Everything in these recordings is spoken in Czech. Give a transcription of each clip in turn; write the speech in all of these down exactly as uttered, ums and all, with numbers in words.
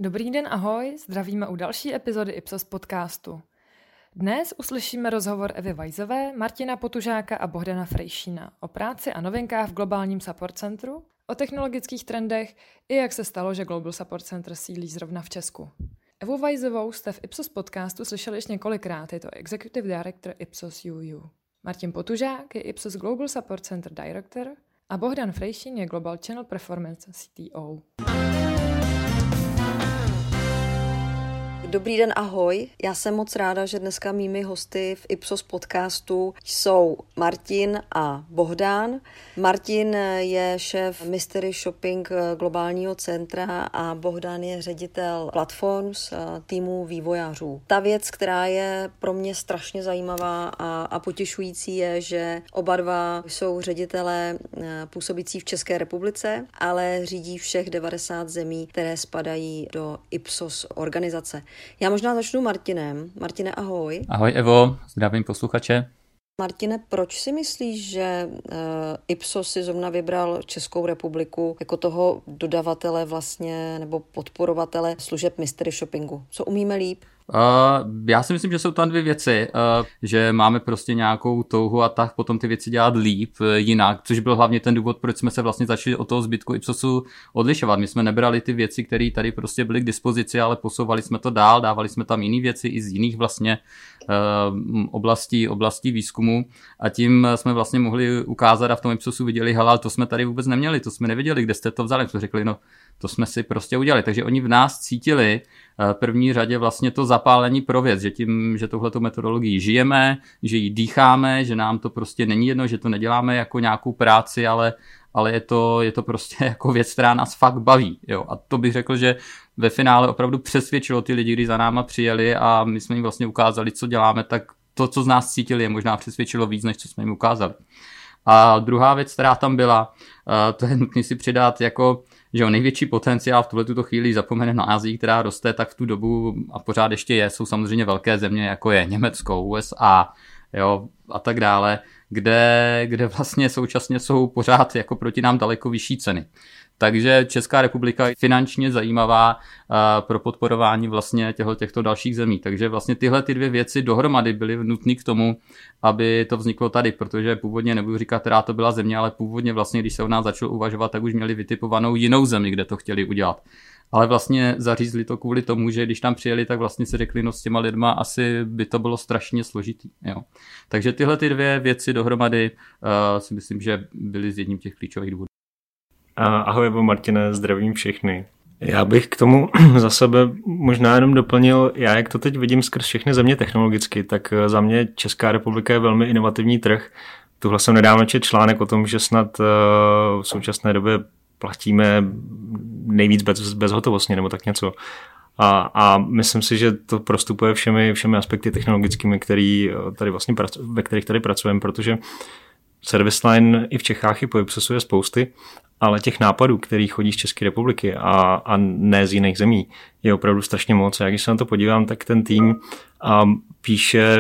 Dobrý den, ahoj, zdravíme u další epizody Ipsos podcastu. Dnes uslyšíme rozhovor Evy Vajzové, Martina Potužáka a Bohdana Frejšína o práci a novinkách v globálním support centru, o technologických trendech i jak se stalo, že Global Support Center sídlí zrovna v Česku. Evu Vajzovou jste v Ipsos podcastu slyšeli již několikrát, je to Executive Director Ipsos U U. Martin Potužák je Ipsos Global Support Center Director a Bohdan Frejšín je Global Channel Performance C T O. Dobrý den, ahoj. Já jsem moc ráda, že dneska mými hosty v Ipsos podcastu jsou Martin a Bohdan. Martin je šéf Mystery Shopping globálního centra a Bohdan je ředitel Platforms týmu vývojářů. Ta věc, která je pro mě strašně zajímavá a, a potěšující, je, že oba dva jsou ředitelé působící v České republice, ale řídí všech devadesát zemí, které spadají do Ipsos organizace. Já možná začnu Martinem. Martine, ahoj. Ahoj Evo, zdravím posluchače. Martine, proč si myslíš, že uh, Ipsos si zrovna vybral Českou republiku jako toho dodavatele vlastně nebo podporovatele služeb mystery shoppingu? Co umíme líp? Uh, já si myslím, že jsou tam dvě věci, uh, že máme prostě nějakou touhu a tak potom ty věci dělat líp, uh, jinak, což byl hlavně ten důvod, proč jsme se vlastně začali od toho zbytku Ipsosu odlišovat. My jsme nebrali ty věci, které tady prostě byly k dispozici, ale posouvali jsme to dál, dávali jsme tam jiné věci i z jiných vlastně uh, oblastí, oblastí výzkumu a tím jsme vlastně mohli ukázat a v tom Ipsosu viděli, hele, to jsme tady vůbec neměli, to jsme nevěděli, kde jste to vzali, jsme řekli, no to jsme si prostě udělali. Takže oni v nás cítili v první řadě vlastně to zapálení pro věc, že tím, že touhletou metodologii žijeme, že ji dýcháme, že nám to prostě není jedno, že to neděláme jako nějakou práci, ale, ale je, to, je to prostě jako věc, která nás fakt baví. Jo. A to bych řekl, že ve finále opravdu přesvědčilo ty lidi, kdy za náma přijeli a my jsme jim vlastně ukázali, co děláme, tak to, co z nás cítili, je možná přesvědčilo víc, než co jsme jim ukázali. A druhá věc, která tam byla, to je nutné si přidat jako že o největší potenciál v tuto chvíli zapomeneme na Asii, která roste, tak v tu dobu a pořád ještě je, jsou samozřejmě velké země, jako je Německo, U S A, jo, a tak dále, kde, kde vlastně současně jsou pořád jako proti nám daleko vyšší ceny. Takže Česká republika je finančně zajímavá uh, pro podporování vlastně těchto, těchto dalších zemí. Takže vlastně tyhle ty dvě věci dohromady byly nutné k tomu, aby to vzniklo tady, protože původně, nebudu říkat, která to byla země, ale původně vlastně, když se o nás začalo uvažovat, tak už měli vytipovanou jinou zemi, kde to chtěli udělat. Ale vlastně zařízli to kvůli tomu, že když tam přijeli, tak vlastně si řekli, no s těma lidma asi by to bylo strašně složitý. Jo. Takže tyhle ty dvě věci dohromady uh, si myslím, že byly z jedním těch klíčových důvodů. Ahoj, Evo, Martine, zdravím všechny. Já bych k tomu za sebe možná jenom doplnil, já jak to teď vidím skrz všechny země technologicky, tak za mě Česká republika je velmi inovativní trh. Tuhle jsem nedávno četl článek o tom, že snad v současné době platíme nejvíc bez, bezhotovostně nebo tak něco. A, a myslím si, že to prostupuje všemi, všemi aspekty technologickými, který tady vlastně, ve kterých tady pracujeme, protože service line i v Čechách i po Ipsosu je spousty, ale těch nápadů, který chodí z České republiky a, a ne z jiných zemí, je opravdu strašně moc. A když se na to podívám, tak ten tým um, píše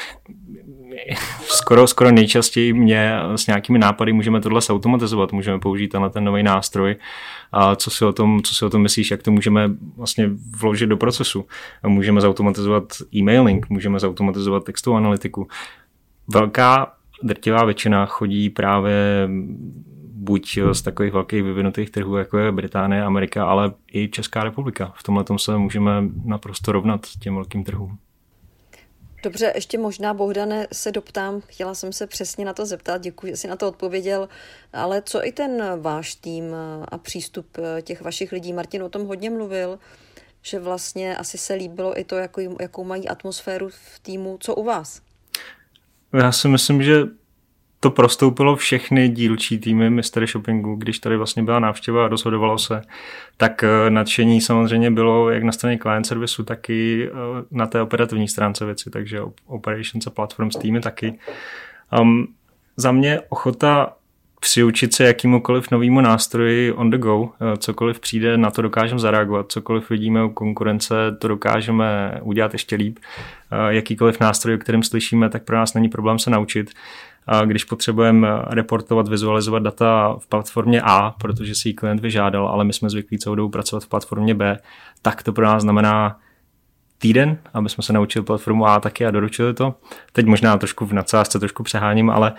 skoro, skoro nejčastěji mě s nějakými nápady můžeme tohle automatizovat, můžeme použít tenhle ten nový nástroj. A co si o tom, co si o tom myslíš, jak to můžeme vlastně vložit do procesu? Můžeme zautomatizovat e-mailing, můžeme zautomatizovat textovou analytiku. Velká drtivá většina chodí právě buď z takových velkých vyvinutých trhů, jako je Británie, Amerika, ale i Česká republika. V tomhletom se můžeme naprosto rovnat těm velkým trhům. Dobře, ještě možná, Bohdane, se doptám, chtěla jsem se přesně na to zeptat, děkuji, že jsi na to odpověděl, ale co i ten váš tým a přístup těch vašich lidí? Martin o tom hodně mluvil, že vlastně asi se líbilo i to, jakou, jakou mají atmosféru v týmu. Co u vás? Já si myslím, že to prostoupilo všechny dílčí týmy mystery shoppingu, když tady vlastně byla návštěva a rozhodovalo se, tak nadšení samozřejmě bylo jak na straně client servisu, tak i na té operativní stránce věci, takže operations a platforms týmy taky. Um, za mě ochota přiučit se jakýmukoliv novýmu nástroji on the go, cokoliv přijde, na to dokážeme zareagovat, cokoliv vidíme u konkurence, to dokážeme udělat ještě líp. Jakýkoliv nástroj, o kterém slyšíme, tak pro nás není problém se naučit. když potřebujeme reportovat, vizualizovat data v platformě A, protože si ji klient vyžádal, ale my jsme zvyklí celou dobu pracovat v platformě B, tak to pro nás znamená týden, aby jsme se naučili platformu A taky a doručili to. Teď možná trošku v nadsázce, trošku přeháním, ale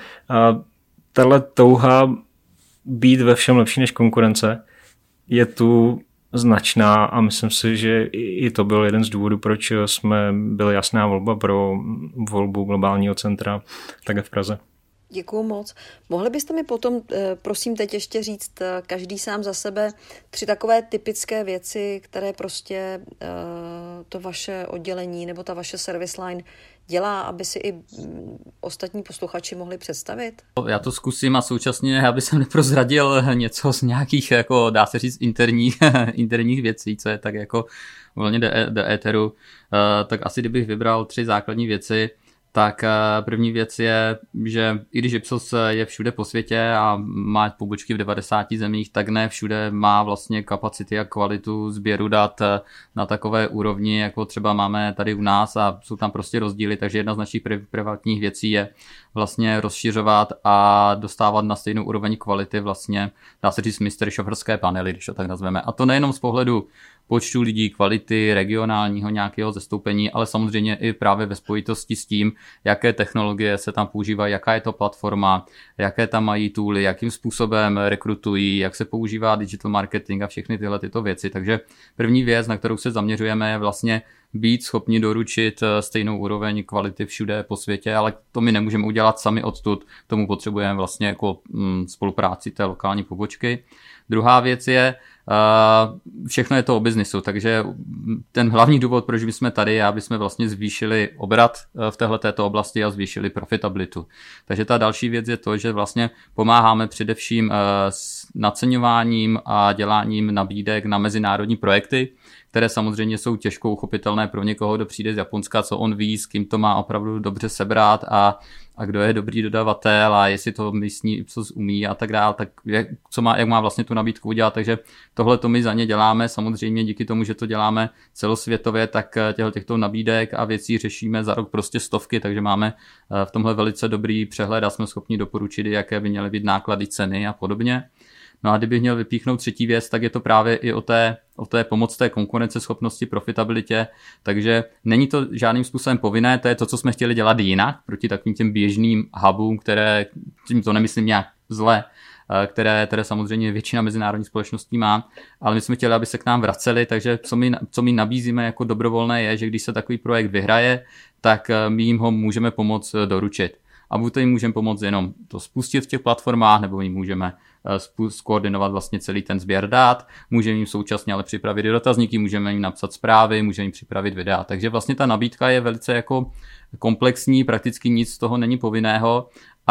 tahle touha být ve všem lepší než konkurence je tu značná a myslím si, že i to byl jeden z důvodů, proč jsme byli jasná volba pro volbu globálního centra také v Praze. Děkuju moc. Mohli byste mi potom, prosím, teď ještě říct, každý sám za sebe, tři takové typické věci, které prostě to vaše oddělení nebo ta vaše service line dělá, aby si i ostatní posluchači mohli představit? Já to zkusím a současně, aby jsem neprozradil něco z nějakých, jako dá se říct, interních, interních věcí, co je tak jako volně do, do éteru, tak asi kdybych vybral tři základní věci, tak první věc je, že i když Ipsos je všude po světě a má pobočky v devadesáti zemích, tak ne všude má vlastně kapacity a kvalitu sběru dat na takové úrovni, jako třeba máme tady u nás a jsou tam prostě rozdíly, takže jedna z našich privátních věcí je vlastně rozšiřovat a dostávat na stejnou úroveň kvality vlastně, dá se říct, mystery shopperské panely, když to tak nazveme. A to nejenom z pohledu počtu lidí, kvality, regionálního nějakého zastoupení, ale samozřejmě i právě ve spojitosti s tím, jaké technologie se tam používají, jaká je to platforma, jaké tam mají tooly, jakým způsobem rekrutují, jak se používá digital marketing a všechny tyhle tyto věci. Takže první věc, na kterou se zaměřujeme, je vlastně být schopni doručit stejnou úroveň kvality všude po světě, ale to my nemůžeme udělat sami odtud, k tomu potřebujeme vlastně jako mm, spolupráci té lokální pobočky. Druhá věc je, uh, všechno je to o biznisu, takže ten hlavní důvod, proč my jsme tady, je, aby jsme vlastně zvýšili obrat v téhle této oblasti a zvýšili profitabilitu. Takže ta další věc je to, že vlastně pomáháme především uh, s naceňováním a děláním nabídek na mezinárodní projekty, které samozřejmě jsou těžko uchopitelné pro někoho, kdo přijde z Japonska, co on ví, s kým to má opravdu dobře sebrat a, a kdo je dobrý dodavatel a jestli to místní Ipsos umí a tak dále, tak jak, co má, jak má vlastně tu nabídku udělat. Takže tohle to my za ně děláme, samozřejmě díky tomu, že to děláme celosvětově, tak těchto, těchto nabídek a věcí řešíme za rok prostě stovky, takže máme v tomhle velice dobrý přehled a jsme schopni doporučit, jaké by měly být náklady, ceny a podobně. No a kdybych měl vypíchnout třetí věc, tak je to právě i o té, o té pomoc té konkurenceschopnosti, profitabilitě, takže není to žádným způsobem povinné, to je to, co jsme chtěli dělat jinak, proti takovým těm běžným hubům, které, tím to nemyslím nějak zle, které, které samozřejmě většina mezinárodních společností má, ale my jsme chtěli, aby se k nám vraceli, takže co my, co my nabízíme jako dobrovolné je, že když se takový projekt vyhraje, tak my jim ho můžeme pomoct doručit. A buď to jim můžeme pomoct jenom to spustit v těch platformách, nebo jim můžeme skoordinovat vlastně celý ten sběr dat, můžeme jim současně ale připravit i dotazníky, můžeme jim napsat zprávy, můžeme jim připravit videa. Takže vlastně ta nabídka je velice jako komplexní, prakticky nic z toho není povinného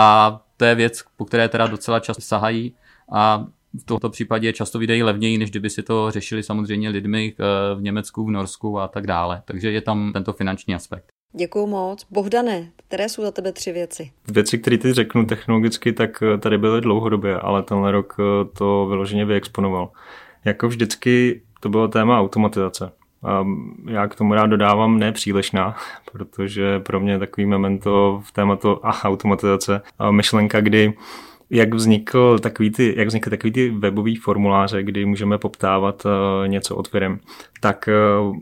a to je věc, po které teda docela často sahají a v tomto případě často vydají levněji, než kdyby si to řešili samozřejmě lidmi v Německu, v Norsku a tak dále. Takže je tam tento finanční aspekt. Děkuju moc. Bohdane, které jsou za tebe tři věci? Věci, které teď řeknu technologicky, tak tady byly dlouhodobě, ale tenhle rok to vyloženě vyexponoval. Jako vždycky to bylo téma automatizace. A já k tomu rád dodávám nepřílišná, protože pro mě je takový memento v tématu a automatizace a myšlenka, kdy jak vznikl takový ty, jak vznikly takový ty webový formuláře, kdy můžeme poptávat něco od firem, tak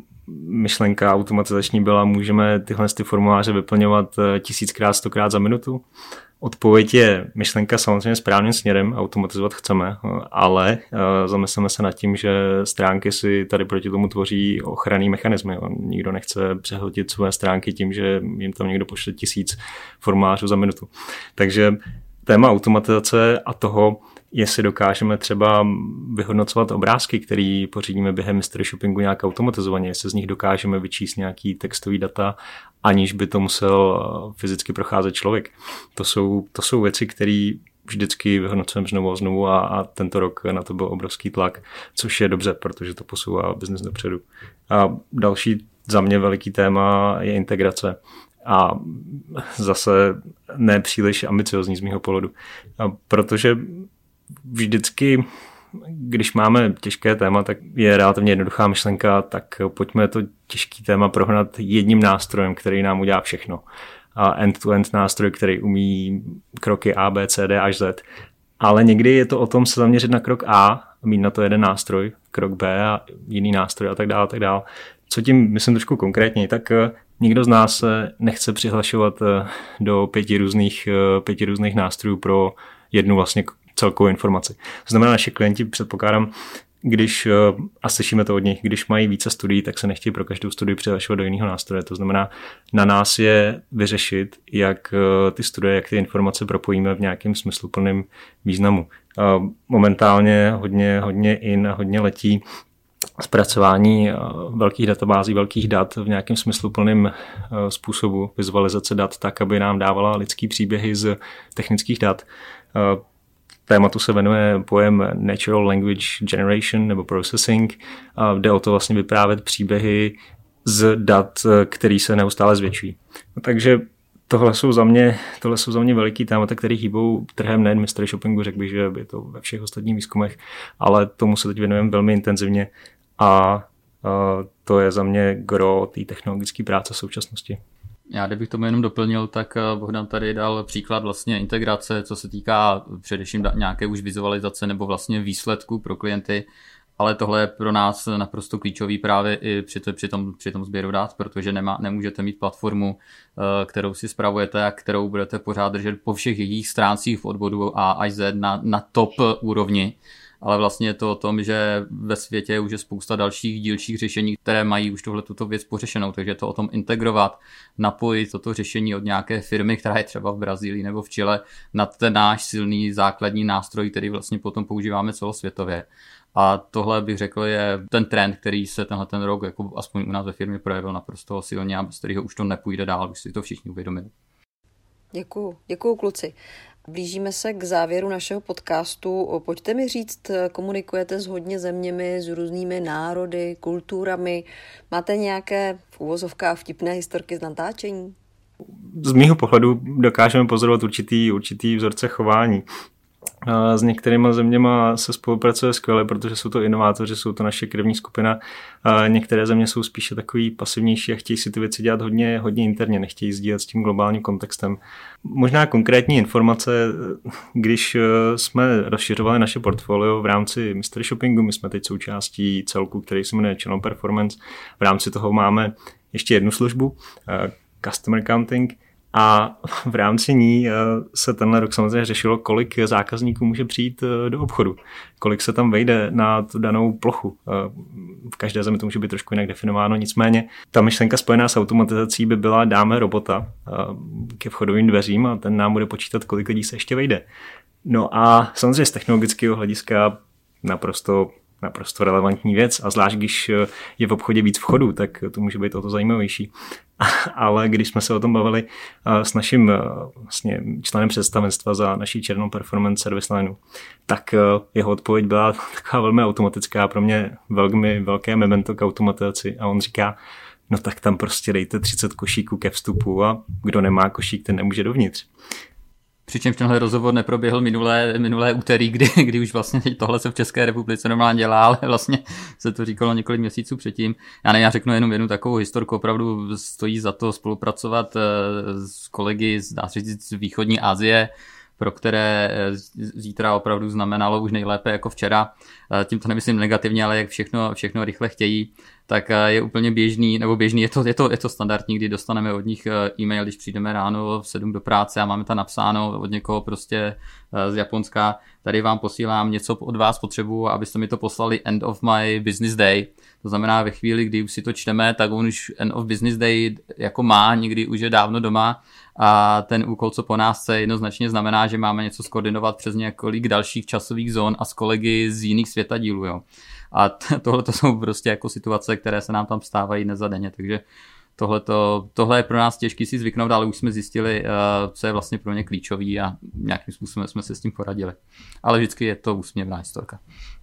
myšlenka automatizační byla, můžeme tyhle ty formuláře vyplňovat tisíckrát, stokrát za minutu. Odpověď je myšlenka samozřejmě správným směrem, automatizovat chceme, ale zamysleme se nad tím, že stránky si tady proti tomu tvoří ochranný mechanismy. Nikdo nechce přehltit své stránky tím, že jim tam někdo pošle tisíc formulářů za minutu. Takže téma automatizace a toho, jestli dokážeme třeba vyhodnocovat obrázky, které pořídíme během mystery shoppingu nějak automatizovaně, jestli z nich dokážeme vyčíst nějaký textový data, aniž by to musel fyzicky procházet člověk. To jsou, to jsou věci, které vždycky vyhodnocujeme znovu a znovu a, a tento rok na to byl obrovský tlak, což je dobře, protože to posouvá biznes dopředu. A další za mě veliký téma je integrace. A zase ne příliš ambiciozní z mýho pohledu. A protože vždycky, když máme těžké téma, tak je relativně jednoduchá myšlenka, tak pojďme to těžké téma prohnat jedním nástrojem, který nám udělá všechno. end-to-end nástroj, který umí kroky A, B, C, D až Z. Ale někdy je to o tom se zaměřit na krok A a mít na to jeden nástroj, krok B a jiný nástroj a tak dále, tak dále. Co tím myslím trošku konkrétně, tak nikdo z nás se nechce přihlašovat do pěti různých, pěti různých nástrojů pro jednu vlastně celkovou informaci. To znamená, naši klienti, předpokládám, když, a slyšíme to od nich, když mají více studií, tak se nechtějí pro každou studii přihlašovat do jiného nástroje. To znamená, na nás je vyřešit, jak ty studie, jak ty informace propojíme v nějakém smysluplném významu. Momentálně hodně, hodně in a hodně letí zpracování velkých databází, velkých dat v nějakém smysluplném způsobu, vizualizace dat tak, aby nám dávala lidský příběhy z technických dat. Tématu se jmenuje pojem Natural Language Generation nebo Processing. Jde o to vlastně vyprávět příběhy z dat, které se neustále zvětšují. Takže tohle jsou za mě, tohle jsou za mě veliký témata, které hýbou trhem nejen mystery shoppingu, řekl bych, že je to ve všech ostatních výzkumech, ale tomu se teď věnujeme velmi intenzivně a to je za mě gro té technologické práce v současnosti. Já kdybych tomu jenom doplnil, tak Bohdan tady dal příklad vlastně integrace, co se týká především nějaké už vizualizace nebo vlastně výsledku pro klienty, ale tohle je pro nás naprosto klíčový právě i při, to, při, tom, při tom sběru dat, protože nemá, nemůžete mít platformu, kterou si spravujete a kterou budete pořád držet po všech jejich stráncích v odbodu A až Z na, na top úrovni. Ale vlastně je to o tom, že ve světě už je spousta dalších dílčích řešení, které mají už tohle tuto věc pořešenou, takže je to o tom integrovat, napojit toto řešení od nějaké firmy, která je třeba v Brazílii nebo v Chile, na ten náš silný základní nástroj, který vlastně potom používáme celosvětově. A tohle bych řekl je ten trend, který se tenhle ten rok, jako aspoň u nás ve firmě, projevil naprosto silně a bez kterého už to nepůjde dál, už si to všichni uvědomili. Děkuju, děkuju kluci. Blížíme se k závěru našeho podcastu. Pojďte mi říct, komunikujete s hodně zeměmi, s různými národy, kulturami. Máte nějaké v uvozovkách vtipné historky z natáčení? Z mýho pohledu dokážeme pozorovat určitý, určitý vzorce chování. S některýma zeměma se spolupracuje skvěle, protože jsou to inovátoři, jsou to naše krevní skupina. Některé země jsou spíše takový pasivnější a chtějí si ty věci dělat hodně, hodně interně, nechtějí sdílet s tím globálním kontextem. Možná konkrétní informace, když jsme rozšiřovali naše portfolio v rámci mystery shoppingu, my jsme teď součástí celku, který se jmenuje Channel Performance. V rámci toho máme ještě jednu službu, Customer Counting, a v rámci ní se tenhle rok samozřejmě řešilo, kolik zákazníků může přijít do obchodu, kolik se tam vejde na tu danou plochu. V každé zemi to může být trošku jinak definováno, nicméně ta myšlenka spojená s automatizací by byla, dáme robota ke vchodovým dveřím a ten nám bude počítat, kolik lidí se ještě vejde. No a samozřejmě z technologického hlediska naprosto naprosto relevantní věc a zvlášť, když je v obchodě víc vchodů, tak to může být o to zajímavější. Ale když jsme se o tom bavili s naším vlastně členem představenstva za naší Channel Performance Service Line, tak jeho odpověď byla taková velmi automatická, pro mě velmi velké memento k automatizaci a on říká, no tak tam prostě dejte třicet košíků ke vstupu a kdo nemá košík, ten nemůže dovnitř. Přičemž tenhle rozhovor neproběhl minulé, minulé úterý, kdy, kdy už vlastně tohle se v České republice normálně dělá, ale vlastně se to říkalo několik měsíců předtím. Já ne, já řeknu jenom jednu takovou historku, opravdu stojí za to spolupracovat s kolegy z, dá se říct, z východní Asie, pro které zítra opravdu znamenalo už nejlépe jako včera. Tím to nemyslím negativně, ale jak všechno, všechno rychle chtějí, tak je úplně běžný, nebo běžný, je to, je to, je to standardní, kdy dostaneme od nich e-mail, když přijdeme ráno v sedm do práce a máme tam napsáno od někoho prostě z Japonska, tady vám posílám něco od vás potřebu, abyste mi to poslali end of my business day. To znamená, ve chvíli, kdy už si to čteme, tak on už end of business day jako má, někdy už je dávno doma a ten úkol, co po nás chce, jednoznačně znamená, že máme něco skoordinovat přes několik dalších časových zón a s kolegy z jiných světadílů, jo. A tohle to jsou prostě jako situace, které se nám tam stávají dnes za denně, takže tohleto, tohle je pro nás těžký si zvyknout, ale už jsme zjistili, co je vlastně pro ně klíčový a nějakým způsobem jsme se s tím poradili. Ale vždycky je to úsměvná historka.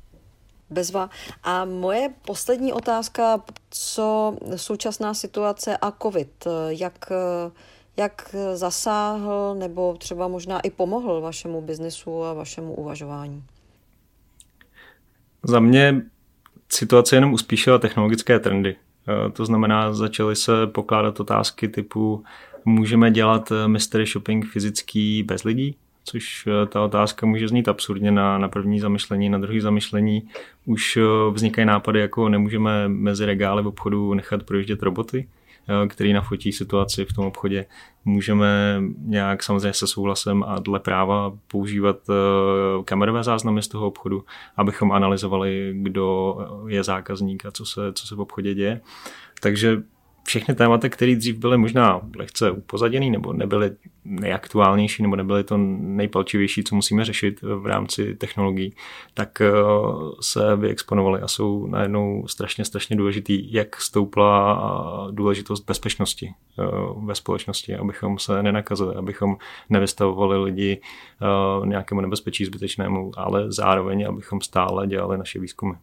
Bezva. A moje poslední otázka, co současná situace a covid, jak, jak zasáhl nebo třeba možná i pomohl vašemu biznesu a vašemu uvažování? Za mě situace jenom uspíšila technologické trendy. To znamená, začaly se pokládat otázky typu můžeme dělat mystery shopping fyzický bez lidí, což ta otázka může znít absurdně na, na první zamyšlení, na druhý zamyšlení. Už vznikají nápady, jako nemůžeme mezi regály v obchodu nechat projíždět roboty, který nafotí situaci v tom obchodě. Můžeme nějak samozřejmě se souhlasem a dle práva používat kamerové záznamy z toho obchodu, abychom analyzovali, kdo je zákazník a co se, co se v obchodě děje. Takže všechny témata, které dřív byly možná lehce upozaděný, nebo nebyly nejaktuálnější, nebo nebyly to nejpalčivější, co musíme řešit v rámci technologií, tak se vyexponovaly a jsou najednou strašně, strašně důležitý, jak stoupla důležitost bezpečnosti ve společnosti, abychom se nenakazili, abychom nevystavovali lidi nějakému nebezpečí zbytečnému, ale zároveň, abychom stále dělali naše výzkumy.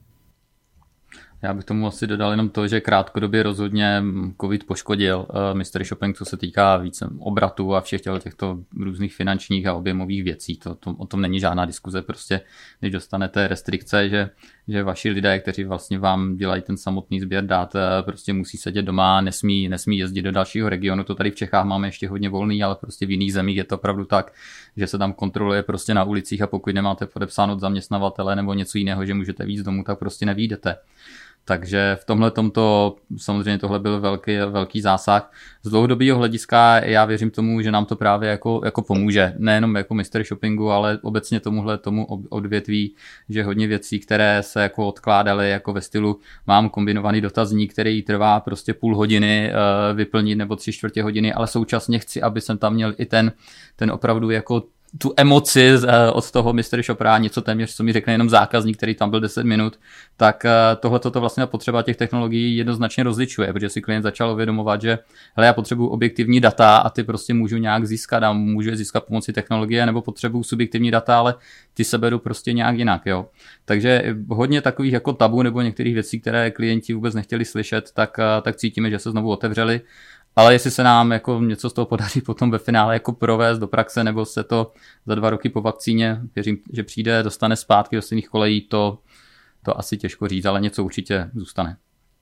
Já bych tomu asi dodal jenom to, že krátkodobě rozhodně covid poškodil mystery shopping, co se týká více obratu a všech těchto různých finančních a objemových věcí. To, to, o tom není žádná diskuze. Prostě když dostanete restrikce, že, že vaši lidé, kteří vlastně vám dělají ten samotný sběr dat, prostě musí sedět doma, nesmí, nesmí jezdit do dalšího regionu. To tady v Čechách máme ještě hodně volný, ale prostě v jiných zemích je to opravdu tak, že se tam kontroluje prostě na ulicích a pokud nemáte podepsáno od zaměstnavatele nebo něco jiného, že můžete víc domů, tak prostě nevyjdete. Takže v tomhle tomto samozřejmě tohle byl velký, velký zásah. Z dlouhodobého hlediska já věřím tomu, že nám to právě jako, jako pomůže. Nejenom jako mystery shoppingu, ale obecně tomuhle tomu odvětví, že hodně věcí, které se jako odkládaly jako ve stylu mám kombinovaný dotazník, který trvá prostě půl hodiny vyplnit nebo tři čtvrtě hodiny, ale současně chci, aby jsem tam měl i ten, ten opravdu jako tu emoci od toho mystery shoppera, něco téměř, co mi řekne jenom zákazník, který tam byl deset minut, tak tohle toto vlastně potřeba těch technologií jednoznačně rozličuje, protože si klient začal uvědomovat, že hele, já potřebuji objektivní data a ty prostě můžu nějak získat a můžu je získat pomocí technologie, nebo potřebuji subjektivní data, ale ty se berou prostě nějak jinak, jo. Takže hodně takových jako tabu nebo některých věcí, které klienti vůbec nechtěli slyšet, tak, tak cítíme, že se znovu otevřeli. Ale jestli se nám jako něco z toho podaří potom ve finále jako provést do praxe, nebo se to za dva roky po vakcíně, věřím, že přijde, dostane zpátky do stejných kolejí, to, to asi těžko říct, ale něco určitě zůstane.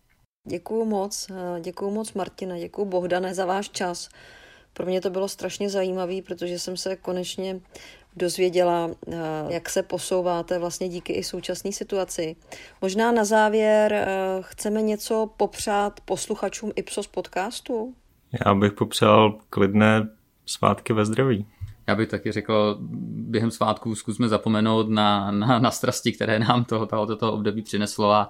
Děkuju moc, děkuju moc Martina, děkuju Bohdane za váš čas. Pro mě to bylo strašně zajímavé, protože jsem se konečně dozvěděla, jak se posouváte vlastně díky i současné situaci. Možná na závěr chceme něco popřát posluchačům Ipsos podcastu? Já bych popřál klidné svátky ve zdraví. Já bych taky řekl, během svátků zkusme zapomenout na, na, na strasti, které nám toho, tohoto období přineslo a,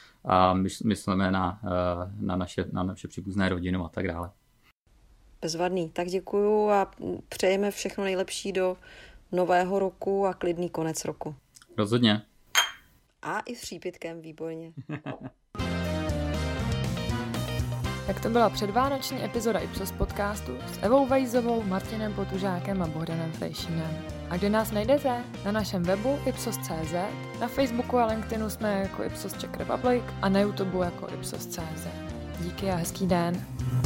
a myslíme na, na, naše, na naše příbuzné rodinu a tak dále. Bezvadný. Tak děkuju a přejeme všechno nejlepší do nového roku a klidný konec roku. Rozhodně. A i s přípitkem, výborně. Tak to byla předvánoční epizoda Ipsos podcastu s Evou Vajzovou, Martinem Potužákem a Bohdanem Frejšínem. A kde nás najdete? Na našem webu ipsos tečka cé zet, na Facebooku a LinkedInu jsme jako Ipsos Czech Republic a na YouTube jako Ipsos tečka cé zet. Díky a hezký den.